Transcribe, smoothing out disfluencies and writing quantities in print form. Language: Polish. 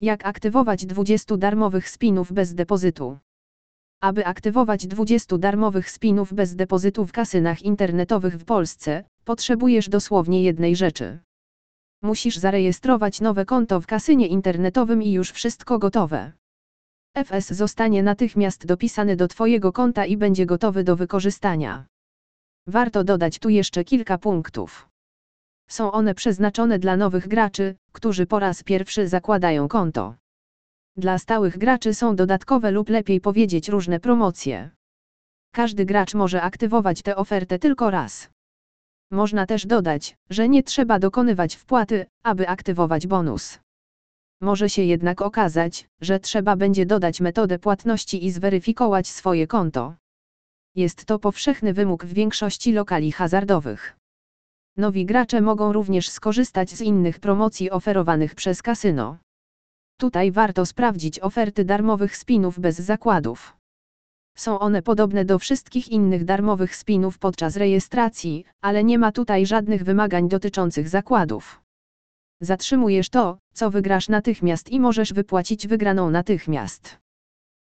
Jak aktywować 20 darmowych spinów bez depozytu? Aby aktywować 20 darmowych spinów bez depozytu w kasynach internetowych w Polsce, potrzebujesz dosłownie jednej rzeczy. Musisz zarejestrować nowe konto w kasynie internetowym i już wszystko gotowe. FS zostanie natychmiast dopisany do Twojego konta i będzie gotowy do wykorzystania. Warto dodać tu jeszcze kilka punktów. Są one przeznaczone dla nowych graczy, którzy po raz pierwszy zakładają konto. Dla stałych graczy są dodatkowe lub lepiej powiedzieć różne promocje. Każdy gracz może aktywować tę ofertę tylko raz. Można też dodać, że nie trzeba dokonywać wpłaty, aby aktywować bonus. Może się jednak okazać, że trzeba będzie dodać metodę płatności i zweryfikować swoje konto. Jest to powszechny wymóg w większości lokali hazardowych. Nowi gracze mogą również skorzystać z innych promocji oferowanych przez kasyno. Tutaj warto sprawdzić oferty darmowych spinów bez zakładów. Są one podobne do wszystkich innych darmowych spinów podczas rejestracji, ale nie ma tutaj żadnych wymagań dotyczących zakładów. Zatrzymujesz to, co wygrasz natychmiast i możesz wypłacić wygraną natychmiast.